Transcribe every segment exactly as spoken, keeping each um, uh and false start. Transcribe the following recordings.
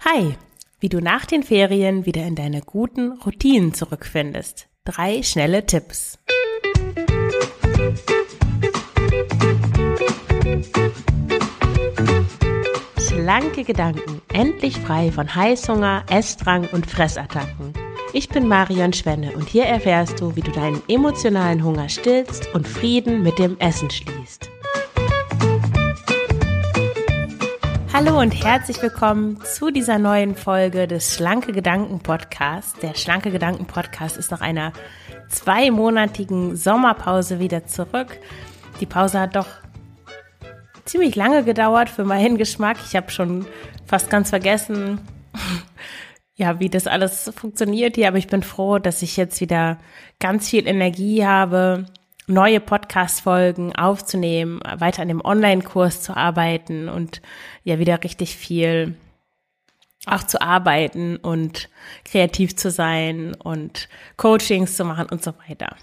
Hi, wie du nach den Ferien wieder in deine guten Routinen zurückfindest. Drei schnelle Tipps. Schlanke Gedanken, endlich frei von Heißhunger, Essdrang und Fressattacken. Ich bin Marion Schwenne und hier erfährst du, wie du deinen emotionalen Hunger stillst und Frieden mit dem Essen schließt. Hallo und herzlich willkommen zu dieser neuen Folge des Schlanke Gedanken Podcasts. Der Schlanke Gedanken Podcast ist nach einer zweimonatigen Sommerpause wieder zurück. Die Pause hat doch ziemlich lange gedauert für meinen Geschmack. Ich habe schon fast ganz vergessen, ja, wie das alles funktioniert hier. Aber ich bin froh, dass ich jetzt wieder ganz viel Energie habe, neue Podcast-Folgen aufzunehmen, weiter an dem Online-Kurs zu arbeiten und ja wieder richtig viel auch zu arbeiten und kreativ zu sein und Coachings zu machen und so weiter.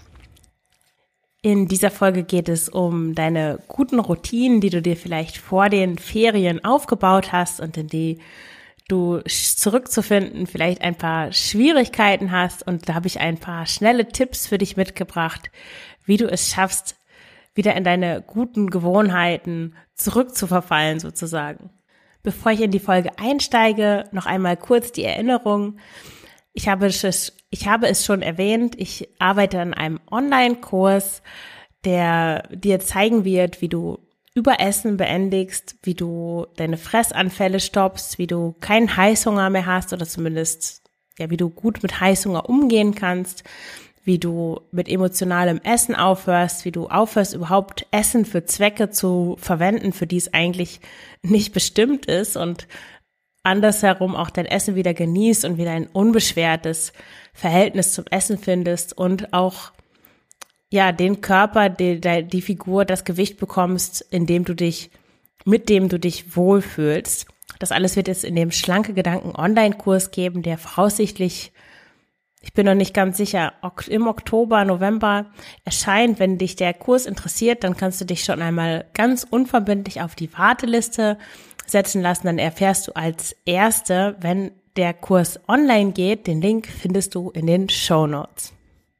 In dieser Folge geht es um deine guten Routinen, die du dir vielleicht vor den Ferien aufgebaut hast und in die du zurückzufinden vielleicht ein paar Schwierigkeiten hast. Und da habe ich ein paar schnelle Tipps für dich mitgebracht, wie du es schaffst, wieder in deine guten Gewohnheiten zurückzuverfallen sozusagen. Bevor ich in die Folge einsteige, noch einmal kurz die Erinnerung. Ich habe es, ich habe es schon erwähnt, ich arbeite an einem Online-Kurs, der dir zeigen wird, wie du Überessen beendigst, wie du deine Fressanfälle stoppst, wie du keinen Heißhunger mehr hast oder zumindest, ja, wie du gut mit Heißhunger umgehen kannst, wie du mit emotionalem Essen aufhörst, wie du aufhörst, überhaupt Essen für Zwecke zu verwenden, für die es eigentlich nicht bestimmt ist und andersherum auch dein Essen wieder genießt und wieder ein unbeschwertes Verhältnis zum Essen findest und auch ja den Körper, die, die Figur, das Gewicht bekommst, in dem du dich, mit dem du dich wohlfühlst. Das alles wird es in dem Schlanke Gedanken Online-Kurs geben, der voraussichtlich, ich bin noch nicht ganz sicher, im Oktober, November erscheint. Wenn dich der Kurs interessiert, dann kannst du dich schon einmal ganz unverbindlich auf die Warteliste setzen lassen. Dann erfährst du als Erste, wenn der Kurs online geht. Den Link findest du in den Shownotes.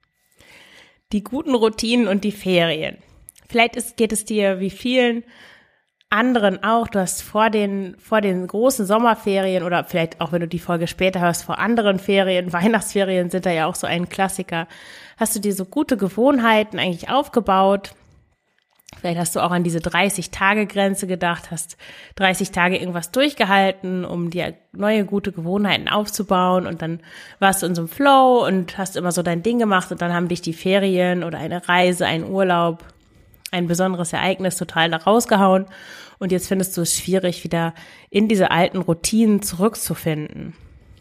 Die guten Routinen und die Ferien. Vielleicht ist, geht es dir wie vielen anderen auch, du hast vor den, vor den großen Sommerferien oder vielleicht auch, wenn du die Folge später hörst, vor anderen Ferien, Weihnachtsferien sind da ja auch so ein Klassiker, hast du dir so gute Gewohnheiten eigentlich aufgebaut. Vielleicht hast du auch an diese dreißig-Tage-Grenze gedacht, hast dreißig Tage irgendwas durchgehalten, um dir neue gute Gewohnheiten aufzubauen und dann warst du in so einem Flow und hast immer so dein Ding gemacht und dann haben dich die Ferien oder eine Reise, ein Urlaub, ein besonderes Ereignis total da rausgehauen und jetzt findest du es schwierig, wieder in diese alten Routinen zurückzufinden.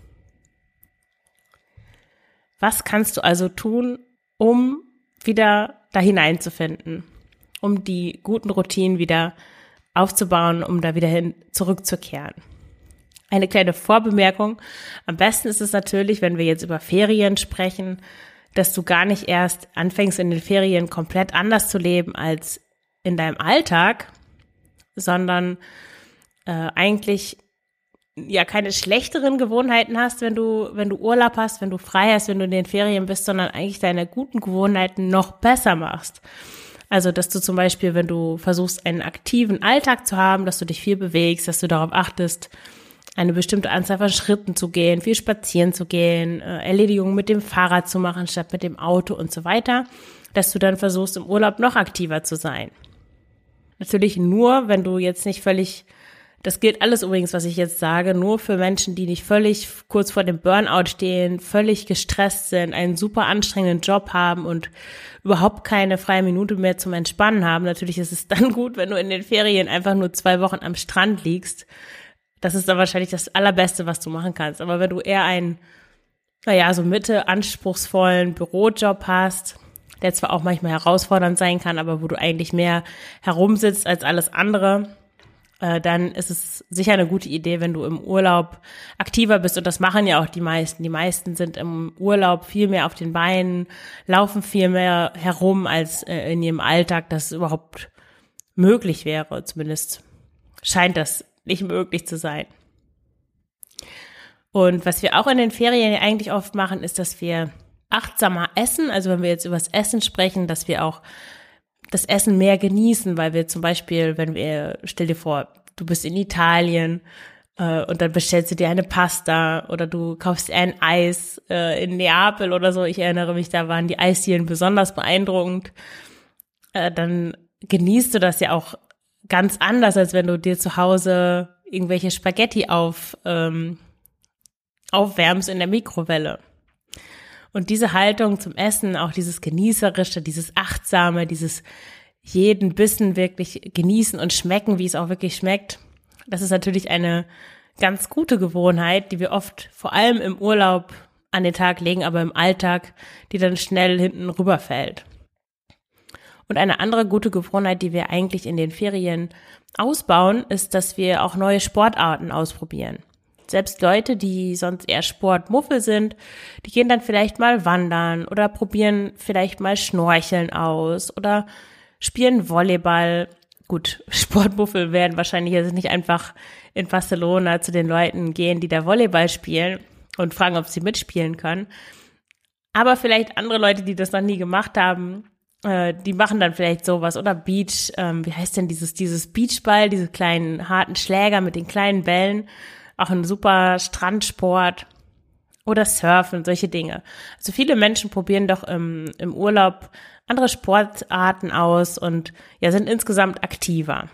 Was kannst du also tun, um wieder da hineinzufinden, um die guten Routinen wieder aufzubauen, um da wieder hin zurückzukehren? Eine kleine Vorbemerkung. Am besten ist es natürlich, wenn wir jetzt über Ferien sprechen, dass du gar nicht erst anfängst, in den Ferien komplett anders zu leben als in deinem Alltag, sondern äh, eigentlich ja keine schlechteren Gewohnheiten hast, wenn du wenn du Urlaub hast, wenn du frei hast, wenn du in den Ferien bist, sondern eigentlich deine guten Gewohnheiten noch besser machst. Also, dass du zum Beispiel, wenn du versuchst, einen aktiven Alltag zu haben, dass du dich viel bewegst, dass du darauf achtest, eine bestimmte Anzahl von Schritten zu gehen, viel spazieren zu gehen, äh, Erledigungen mit dem Fahrrad zu machen statt mit dem Auto und so weiter, dass du dann versuchst, im Urlaub noch aktiver zu sein. Natürlich nur, wenn du jetzt nicht völlig, das gilt alles übrigens, was ich jetzt sage, nur für Menschen, die nicht völlig kurz vor dem Burnout stehen, völlig gestresst sind, einen super anstrengenden Job haben und überhaupt keine freie Minute mehr zum Entspannen haben. Natürlich ist es dann gut, wenn du in den Ferien einfach nur zwei Wochen am Strand liegst. Das ist dann wahrscheinlich das Allerbeste, was du machen kannst. Aber wenn du eher einen, naja, so Mitte anspruchsvollen Bürojob hast, der zwar auch manchmal herausfordernd sein kann, aber wo du eigentlich mehr herumsitzt als alles andere, äh, dann ist es sicher eine gute Idee, wenn du im Urlaub aktiver bist. Und das machen ja auch die meisten. Die meisten sind im Urlaub viel mehr auf den Beinen, laufen viel mehr herum als äh, in ihrem Alltag, das überhaupt möglich wäre. Zumindest scheint das nicht möglich zu sein. Und was wir auch in den Ferien eigentlich oft machen, ist, dass wir achtsamer essen. Also wenn wir jetzt über das Essen sprechen, dass wir auch das Essen mehr genießen, weil wir zum Beispiel, wenn wir, stell dir vor, du bist in Italien äh, und dann bestellst du dir eine Pasta oder du kaufst dir ein Eis äh, in Neapel oder so. Ich erinnere mich, da waren die Eisdielen besonders beeindruckend. Äh, dann genießt du das ja auch ganz anders, als wenn du dir zu Hause irgendwelche Spaghetti auf, ähm, aufwärmst in der Mikrowelle. Und diese Haltung zum Essen, auch dieses Genießerische, dieses Achtsame, dieses jeden Bissen wirklich genießen und schmecken, wie es auch wirklich schmeckt, das ist natürlich eine ganz gute Gewohnheit, die wir oft vor allem im Urlaub an den Tag legen, aber im Alltag, die dann schnell hinten rüberfällt. Und eine andere gute Gewohnheit, die wir eigentlich in den Ferien ausbauen, ist, dass wir auch neue Sportarten ausprobieren. Selbst Leute, die sonst eher Sportmuffel sind, die gehen dann vielleicht mal wandern oder probieren vielleicht mal Schnorcheln aus oder spielen Volleyball. Gut, Sportmuffel werden wahrscheinlich jetzt nicht einfach in Barcelona zu den Leuten gehen, die da Volleyball spielen und fragen, ob sie mitspielen können. Aber vielleicht andere Leute, die das noch nie gemacht haben, äh, die machen dann vielleicht sowas. Oder Beach, ähm, wie heißt denn dieses, dieses Beachball, diese kleinen harten Schläger mit den kleinen Bällen. Auch ein super Strandsport oder Surfen, solche Dinge. Also viele Menschen probieren doch im, im Urlaub andere Sportarten aus und ja, sind insgesamt aktiver.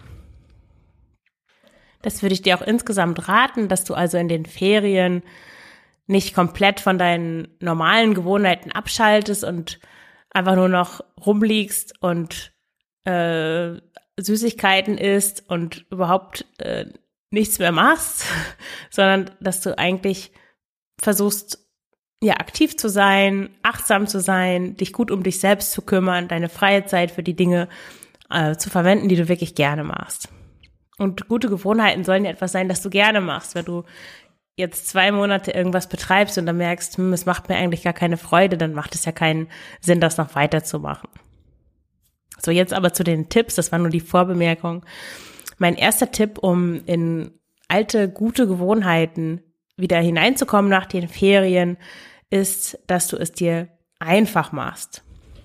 Das würde ich dir auch insgesamt raten, dass du also in den Ferien nicht komplett von deinen normalen Gewohnheiten abschaltest und einfach nur noch rumliegst und äh, Süßigkeiten isst und überhaupt äh, nichts mehr machst, sondern dass du eigentlich versuchst, ja, aktiv zu sein, achtsam zu sein, dich gut um dich selbst zu kümmern, deine freie Zeit für die Dinge äh, zu verwenden, die du wirklich gerne machst. Und gute Gewohnheiten sollen ja etwas sein, das du gerne machst. Wenn du jetzt zwei Monate irgendwas betreibst und dann merkst, hm, es macht mir eigentlich gar keine Freude, dann macht es ja keinen Sinn, das noch weiterzumachen. So, jetzt aber zu den Tipps, das war nur die Vorbemerkung. Mein erster Tipp, um in alte, gute Gewohnheiten wieder hineinzukommen nach den Ferien, ist, dass du es dir einfach machst.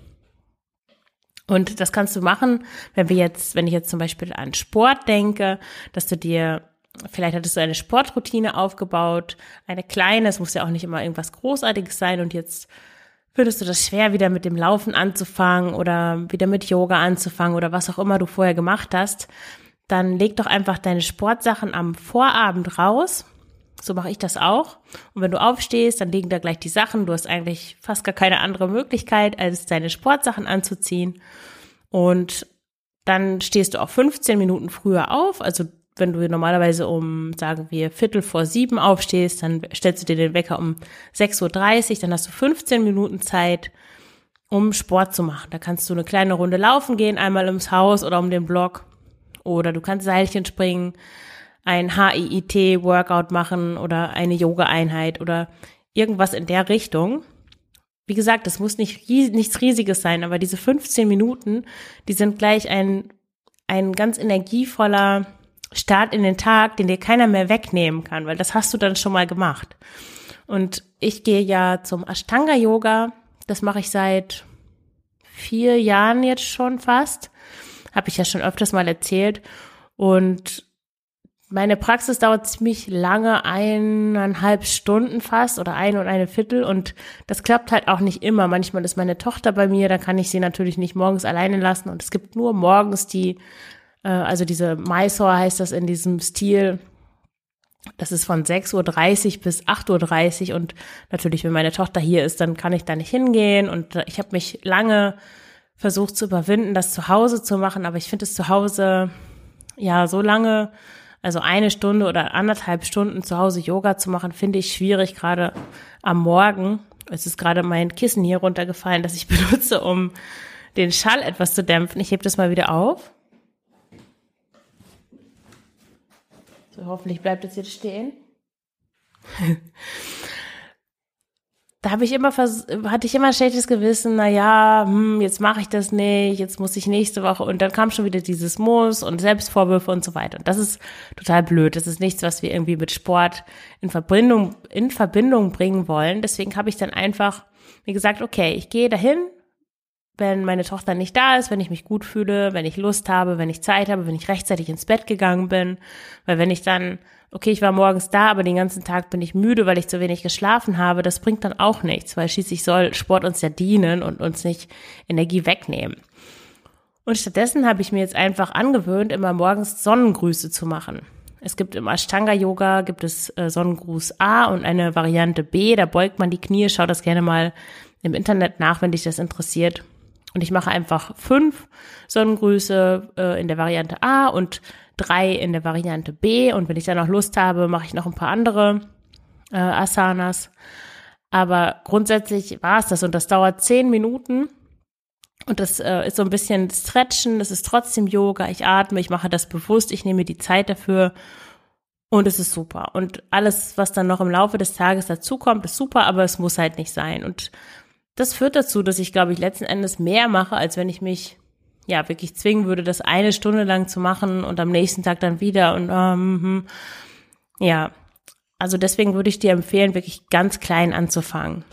Und das kannst du machen, wenn wir jetzt, wenn ich jetzt zum Beispiel an Sport denke, dass du dir, vielleicht hattest du eine Sportroutine aufgebaut, eine kleine, es muss ja auch nicht immer irgendwas Großartiges sein und jetzt findest du das schwer, wieder mit dem Laufen anzufangen oder wieder mit Yoga anzufangen oder was auch immer du vorher gemacht hast, dann leg doch einfach deine Sportsachen am Vorabend raus. So mache ich das auch. Und wenn du aufstehst, dann liegen da gleich die Sachen. Du hast eigentlich fast gar keine andere Möglichkeit, als deine Sportsachen anzuziehen. Und dann stehst du auch fünfzehn Minuten früher auf. Also wenn du normalerweise um, sagen wir, Viertel vor sieben aufstehst, dann stellst du dir den Wecker um sechs Uhr dreißig. Dann hast du fünfzehn Minuten Zeit, um Sport zu machen. Da kannst du eine kleine Runde laufen gehen, einmal ums Haus oder um den Block. Oder du kannst Seilchen springen, ein H I I T-Workout machen oder eine Yoga-Einheit oder irgendwas in der Richtung. Wie gesagt, das muss nicht ries- nichts Riesiges sein, aber diese fünfzehn Minuten, die sind gleich ein, ein ganz energievoller Start in den Tag, den dir keiner mehr wegnehmen kann, weil das hast du dann schon mal gemacht. Und ich gehe ja zum Ashtanga-Yoga, das mache ich seit vier Jahren jetzt schon fast. Habe ich ja schon öfters mal erzählt. Und meine Praxis dauert ziemlich lange, eineinhalb Stunden fast oder ein und eine Viertel. Und das klappt halt auch nicht immer. Manchmal ist meine Tochter bei mir, da kann ich sie natürlich nicht morgens alleine lassen. Und es gibt nur morgens die, äh, also diese Mysore heißt das in diesem Stil. Das ist von sechs Uhr dreißig bis acht Uhr dreißig. Und natürlich, wenn meine Tochter hier ist, dann kann ich da nicht hingehen. Und ich habe mich lange versucht zu überwinden, das zu Hause zu machen, aber ich finde es zu Hause, ja, so lange, also eine Stunde oder anderthalb Stunden zu Hause Yoga zu machen, finde ich schwierig, gerade am Morgen. Es ist gerade mein Kissen hier runtergefallen, das ich benutze, um den Schall etwas zu dämpfen. Ich hebe das mal wieder auf. So, hoffentlich bleibt es jetzt stehen. da habe ich immer vers- hatte ich immer ein schlechtes Gewissen, na ja, hm, jetzt mache ich das nicht, jetzt muss ich nächste Woche und dann kam schon wieder dieses Muss und Selbstvorwürfe und so weiter. Und das ist total blöd. Das ist nichts, was wir irgendwie mit Sport in Verbindung in Verbindung bringen wollen. Deswegen habe ich dann einfach mir gesagt, okay, ich gehe dahin, wenn meine Tochter nicht da ist, wenn ich mich gut fühle, wenn ich Lust habe, wenn ich Zeit habe, wenn ich rechtzeitig ins Bett gegangen bin, weil wenn ich dann okay, ich war morgens da, aber den ganzen Tag bin ich müde, weil ich zu wenig geschlafen habe, das bringt dann auch nichts, weil schließlich soll Sport uns ja dienen und uns nicht Energie wegnehmen. Und stattdessen habe ich mir jetzt einfach angewöhnt, immer morgens Sonnengrüße zu machen. Es gibt im Ashtanga-Yoga, gibt es äh, Sonnengruß A und eine Variante B, da beugt man die Knie, schau das gerne mal im Internet nach, wenn dich das interessiert. Und ich mache einfach fünf Sonnengrüße äh, in der Variante A und drei in der Variante B. Und wenn ich dann noch Lust habe, mache ich noch ein paar andere äh, Asanas. Aber grundsätzlich war es das und das dauert zehn Minuten. Und das äh, ist so ein bisschen Stretchen, das ist trotzdem Yoga. Ich atme, ich mache das bewusst, ich nehme die Zeit dafür. Und es ist super. Und alles, was dann noch im Laufe des Tages dazukommt, ist super, aber es muss halt nicht sein. Und das führt dazu, dass ich, glaube ich, letzten Endes mehr mache, als wenn ich mich ja wirklich zwingen würde, das eine Stunde lang zu machen und am nächsten Tag dann wieder. Und ähm, ja, also deswegen würde ich dir empfehlen, wirklich ganz klein anzufangen.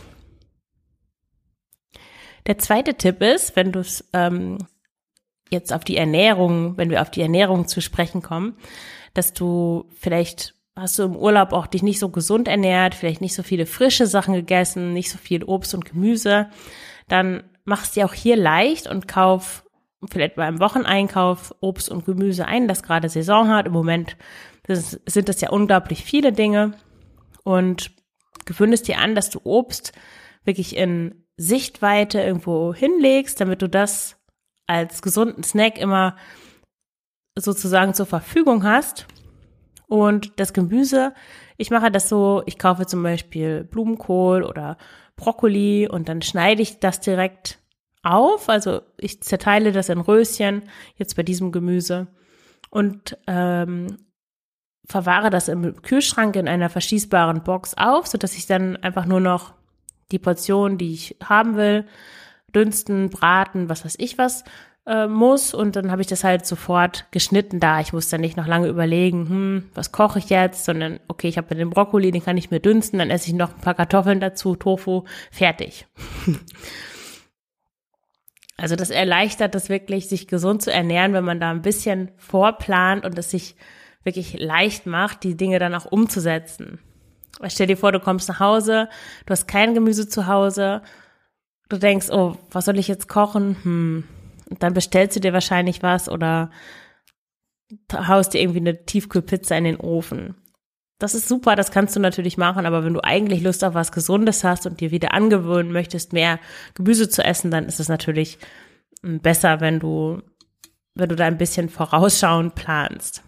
Der zweite Tipp ist, wenn du es ähm, jetzt auf die Ernährung, wenn wir auf die Ernährung zu sprechen kommen, dass du vielleicht hast du im Urlaub auch dich nicht so gesund ernährt, vielleicht nicht so viele frische Sachen gegessen, nicht so viel Obst und Gemüse, dann mach es dir auch hier leicht und kauf vielleicht beim Wocheneinkauf Obst und Gemüse ein, das gerade Saison hat. Im Moment das, sind das ja unglaublich viele Dinge und gewöhne es dir an, dass du Obst wirklich in Sichtweite irgendwo hinlegst, damit du das als gesunden Snack immer sozusagen zur Verfügung hast. Und das Gemüse, ich mache das so, ich kaufe zum Beispiel Blumenkohl oder Brokkoli und dann schneide ich das direkt auf. Also ich zerteile das in Röschen, jetzt bei diesem Gemüse und ähm, verwahre das im Kühlschrank in einer verschließbaren Box auf, sodass ich dann einfach nur noch die Portion, die ich haben will, dünsten, braten, was weiß ich was, muss und dann habe ich das halt sofort geschnitten da. Ich muss dann nicht noch lange überlegen, hm, was koche ich jetzt, sondern okay, ich habe den Brokkoli, den kann ich mir dünsten, dann esse ich noch ein paar Kartoffeln dazu, Tofu, fertig. Also das erleichtert das wirklich, sich gesund zu ernähren, wenn man da ein bisschen vorplant und es sich wirklich leicht macht, die Dinge dann auch umzusetzen. Stell dir vor, du kommst nach Hause, du hast kein Gemüse zu Hause, du denkst, oh, was soll ich jetzt kochen? Hm, Und dann bestellst du dir wahrscheinlich was oder haust dir irgendwie eine Tiefkühlpizza in den Ofen. Das ist super, das kannst du natürlich machen, aber wenn du eigentlich Lust auf was Gesundes hast und dir wieder angewöhnen möchtest, mehr Gemüse zu essen, dann ist es natürlich besser, wenn du, wenn du da ein bisschen vorausschauend planst.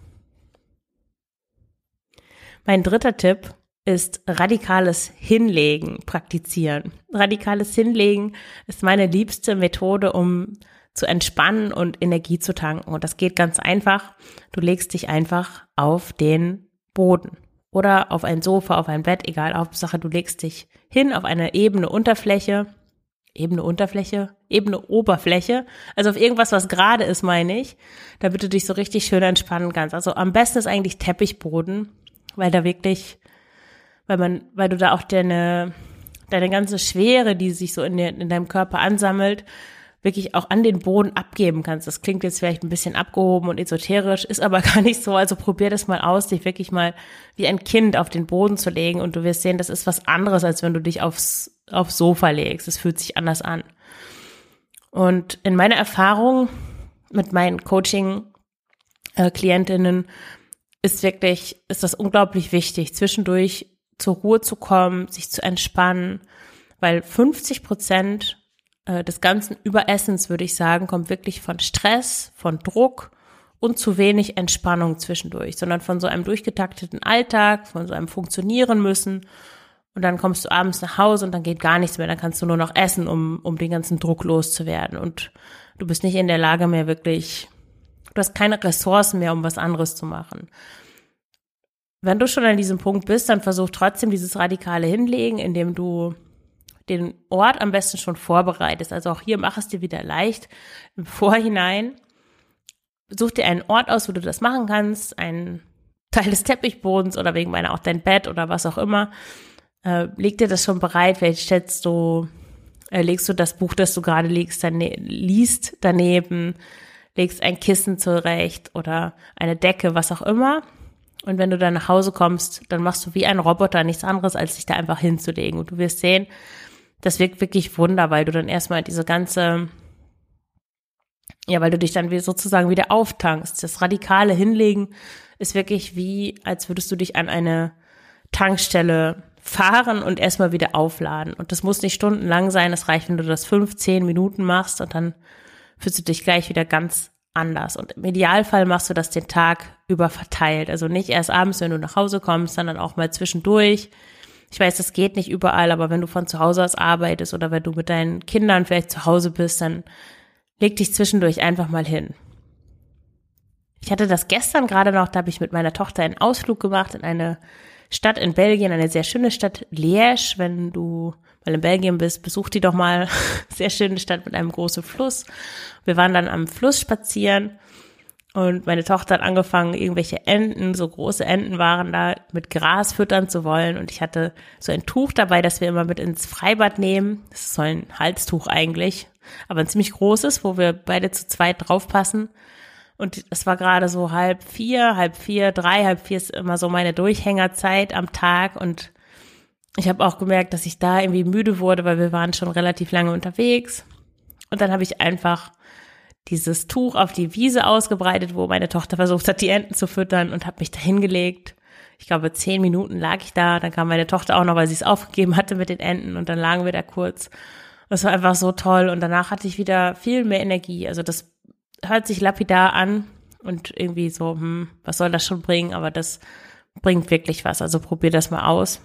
Mein dritter Tipp ist radikales Hinlegen praktizieren. Radikales Hinlegen ist meine liebste Methode, um zu entspannen und Energie zu tanken. Und das geht ganz einfach. Du legst dich einfach auf den Boden oder auf ein Sofa, auf ein Bett, egal, Hauptsache du legst dich hin auf eine ebene Unterfläche, ebene Unterfläche, ebene Oberfläche, also auf irgendwas, was gerade ist, meine ich, damit du dich so richtig schön entspannen kannst. Also am besten ist eigentlich Teppichboden, weil da wirklich, weil man, weil du da auch deine, deine ganze Schwere, die sich so in, der, in deinem Körper ansammelt, wirklich auch an den Boden abgeben kannst. Das klingt jetzt vielleicht ein bisschen abgehoben und esoterisch, ist aber gar nicht so. Also probier das mal aus, dich wirklich mal wie ein Kind auf den Boden zu legen und du wirst sehen, das ist was anderes, als wenn du dich aufs, aufs Sofa legst. Es fühlt sich anders an. Und in meiner Erfahrung mit meinen Coaching-Klientinnen ist wirklich, ist das unglaublich wichtig, zwischendurch zur Ruhe zu kommen, sich zu entspannen, weil fünfzig Prozent des ganzen Überessens, würde ich sagen, kommt wirklich von Stress, von Druck und zu wenig Entspannung zwischendurch, sondern von so einem durchgetakteten Alltag, von so einem Funktionieren müssen und dann kommst du abends nach Hause und dann geht gar nichts mehr, dann kannst du nur noch essen, um um den ganzen Druck loszuwerden und du bist nicht in der Lage mehr wirklich, du hast keine Ressourcen mehr, um was anderes zu machen. Wenn du schon an diesem Punkt bist, dann versuch trotzdem dieses radikale Hinlegen, indem du den Ort am besten schon vorbereitest. Also auch hier mach es dir wieder leicht im Vorhinein. Such dir einen Ort aus, wo du das machen kannst, einen Teil des Teppichbodens oder wegen meiner auch dein Bett oder was auch immer. Äh, leg dir das schon bereit, vielleicht stellst du, äh, legst du das Buch, das du gerade liest, dane- liest daneben, legst ein Kissen zurecht oder eine Decke, was auch immer. Und wenn du dann nach Hause kommst, dann machst du wie ein Roboter nichts anderes, als dich da einfach hinzulegen. Und du wirst sehen, das wirkt wirklich Wunder, weil du dann erstmal diese ganze, ja, weil du dich dann wie sozusagen wieder auftankst. Das radikale Hinlegen ist wirklich wie, als würdest du dich an eine Tankstelle fahren und erstmal wieder aufladen. Und das muss nicht stundenlang sein, das reicht, wenn du das fünf, zehn Minuten machst und dann fühlst du dich gleich wieder ganz anders. Und im Idealfall machst du das den Tag über verteilt. Also nicht erst abends, wenn du nach Hause kommst, sondern auch mal zwischendurch. Ich weiß, das geht nicht überall, aber wenn du von zu Hause aus arbeitest oder wenn du mit deinen Kindern vielleicht zu Hause bist, dann leg dich zwischendurch einfach mal hin. Ich hatte das gestern gerade noch, da habe ich mit meiner Tochter einen Ausflug gemacht in eine Stadt in Belgien, eine sehr schöne Stadt, Liège. Wenn du mal in Belgien bist, besuch die doch mal. Sehr schöne Stadt mit einem großen Fluss. Wir waren dann am Fluss spazieren und meine Tochter hat angefangen, irgendwelche Enten, so große Enten waren da, mit Gras füttern zu wollen. Und ich hatte so ein Tuch dabei, das wir immer mit ins Freibad nehmen. Das ist so ein Halstuch eigentlich, aber ein ziemlich großes, wo wir beide zu zweit draufpassen. Und es war gerade so halb vier, halb vier, drei, halb vier ist immer so meine Durchhängerzeit am Tag. Und ich habe auch gemerkt, dass ich da irgendwie müde wurde, weil wir waren schon relativ lange unterwegs. Und dann habe ich einfach dieses Tuch auf die Wiese ausgebreitet, wo meine Tochter versucht hat, die Enten zu füttern, und habe mich da hingelegt. Ich glaube, zehn Minuten lag ich da. Dann kam meine Tochter auch noch, weil sie es aufgegeben hatte mit den Enten. Und dann lagen wir da kurz. Das war einfach so toll. Und danach hatte ich wieder viel mehr Energie. Also das hört sich lapidar an und irgendwie so, hm, was soll das schon bringen? Aber das bringt wirklich was. Also probier das mal aus.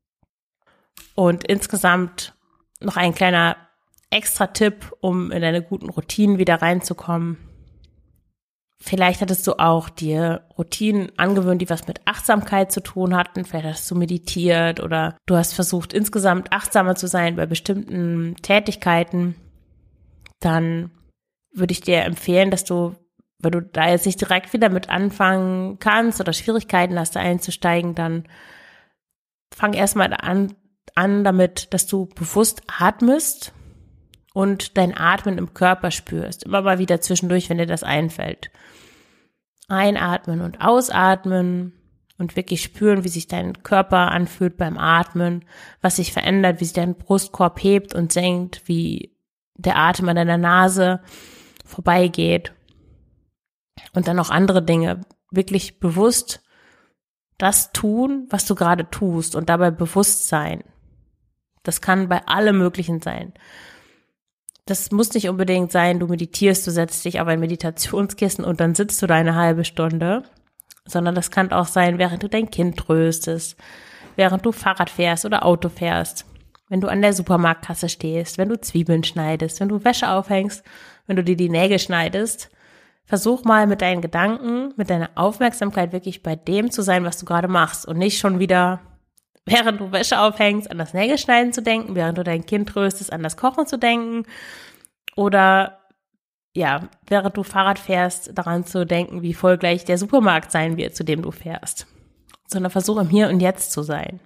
Und insgesamt noch ein kleiner Extra-Tipp, um in deine guten Routinen wieder reinzukommen. Vielleicht hattest du auch dir Routinen angewöhnt, die was mit Achtsamkeit zu tun hatten. Vielleicht hast du meditiert oder du hast versucht, insgesamt achtsamer zu sein bei bestimmten Tätigkeiten. Dann würde ich dir empfehlen, dass du, wenn du da jetzt nicht direkt wieder mit anfangen kannst oder Schwierigkeiten hast, da einzusteigen, dann fang erstmal an, an damit, dass du bewusst atmest und dein Atmen im Körper spürst. Immer mal wieder zwischendurch, wenn dir das einfällt. Einatmen und ausatmen und wirklich spüren, wie sich dein Körper anfühlt beim Atmen, was sich verändert, wie sich dein Brustkorb hebt und senkt, wie der Atem an deiner Nase vorbeigeht. Und dann noch andere Dinge. Wirklich bewusst das tun, was du gerade tust, und dabei bewusst sein. Das kann bei allem Möglichen sein. Das muss nicht unbedingt sein, du meditierst, du setzt dich auf ein Meditationskissen und dann sitzt du da eine halbe Stunde, sondern das kann auch sein, während du dein Kind tröstest, während du Fahrrad fährst oder Auto fährst, wenn du an der Supermarktkasse stehst, wenn du Zwiebeln schneidest, wenn du Wäsche aufhängst, wenn du dir die Nägel schneidest. Versuch mal mit deinen Gedanken, mit deiner Aufmerksamkeit wirklich bei dem zu sein, was du gerade machst, und nicht schon wieder, während du Wäsche aufhängst, an das Nägelschneiden zu denken, während du dein Kind tröstest, an das Kochen zu denken, oder ja, während du Fahrrad fährst, daran zu denken, wie voll gleich der Supermarkt sein wird, zu dem du fährst. Sondern versuch im Hier und Jetzt zu sein.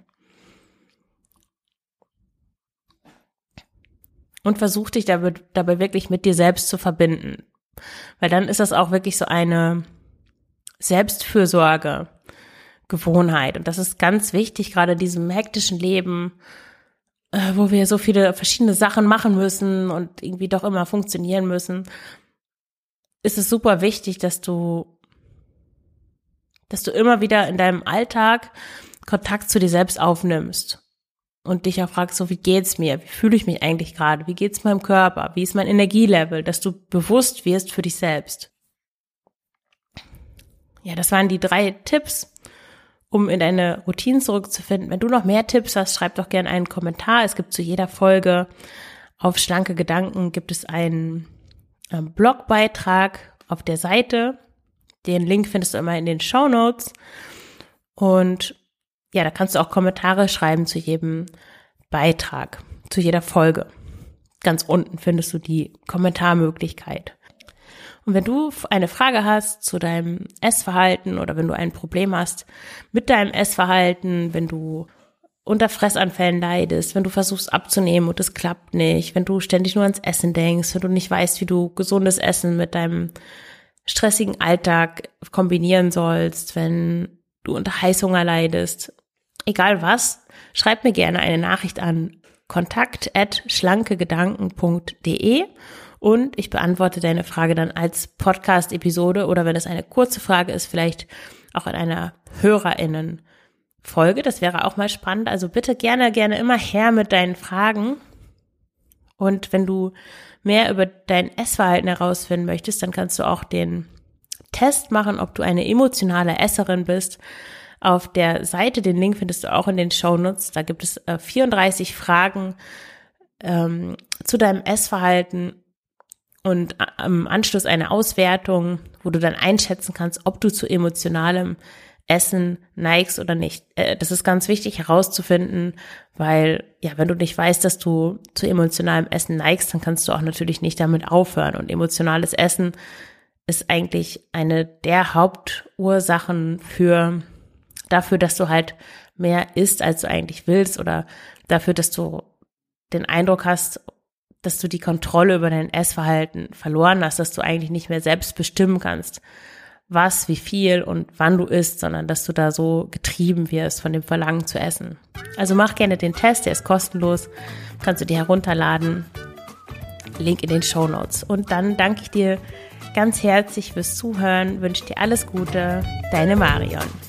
Und versuch dich dabei, dabei wirklich mit dir selbst zu verbinden. Weil dann ist das auch wirklich so eine Selbstfürsorge, Gewohnheit. Und das ist ganz wichtig, gerade in diesem hektischen Leben, äh, wo wir so viele verschiedene Sachen machen müssen und irgendwie doch immer funktionieren müssen, ist es super wichtig, dass du, dass du immer wieder in deinem Alltag Kontakt zu dir selbst aufnimmst und dich auch fragst, so, wie geht's mir? Wie fühle ich mich eigentlich gerade? Wie geht's meinem Körper? Wie ist mein Energielevel? Dass du bewusst wirst für dich selbst. Ja, das waren die drei Tipps, um in deine Routinen zurückzufinden. Wenn du noch mehr Tipps hast, schreib doch gerne einen Kommentar. Es gibt zu jeder Folge auf Schlanke Gedanken gibt es einen äh, Blogbeitrag auf der Seite. Den Link findest du immer in den Shownotes. Und ja, da kannst du auch Kommentare schreiben zu jedem Beitrag. zu jeder Folge. Ganz unten findest du die Kommentarmöglichkeit. Und wenn du eine Frage hast zu deinem Essverhalten oder wenn du ein Problem hast mit deinem Essverhalten, wenn du unter Fressanfällen leidest, wenn du versuchst abzunehmen und es klappt nicht, wenn du ständig nur ans Essen denkst, wenn du nicht weißt, wie du gesundes Essen mit deinem stressigen Alltag kombinieren sollst, wenn du unter Heißhunger leidest, egal was, schreib mir gerne eine Nachricht an kontakt at schlankegedanken punkt de und ich beantworte deine Frage dann als Podcast-Episode oder wenn es eine kurze Frage ist, vielleicht auch in einer HörerInnen-Folge. Das wäre auch mal spannend. Also bitte gerne, gerne immer her mit deinen Fragen. Und wenn du mehr über dein Essverhalten herausfinden möchtest, dann kannst du auch den Test machen, ob du eine emotionale Esserin bist. Auf der Seite, den Link findest du auch in den Shownotes, da gibt es äh, vierunddreißig Fragen ähm, zu deinem Essverhalten und am Anschluss eine Auswertung, wo du dann einschätzen kannst, ob du zu emotionalem Essen neigst oder nicht. Äh, das ist ganz wichtig herauszufinden, weil ja, wenn du nicht weißt, dass du zu emotionalem Essen neigst, dann kannst du auch natürlich nicht damit aufhören. Und emotionales Essen ist eigentlich eine der Hauptursachen für dafür, dass du halt mehr isst, als du eigentlich willst oder dafür, dass du den Eindruck hast, dass du die Kontrolle über dein Essverhalten verloren hast, dass du eigentlich nicht mehr selbst bestimmen kannst, was, wie viel und wann du isst, sondern dass du da so getrieben wirst von dem Verlangen zu essen. Also mach gerne den Test, der ist kostenlos, kannst du dir herunterladen, Link in den Shownotes. Und dann danke ich dir ganz herzlich fürs Zuhören, wünsche dir alles Gute, deine Marion.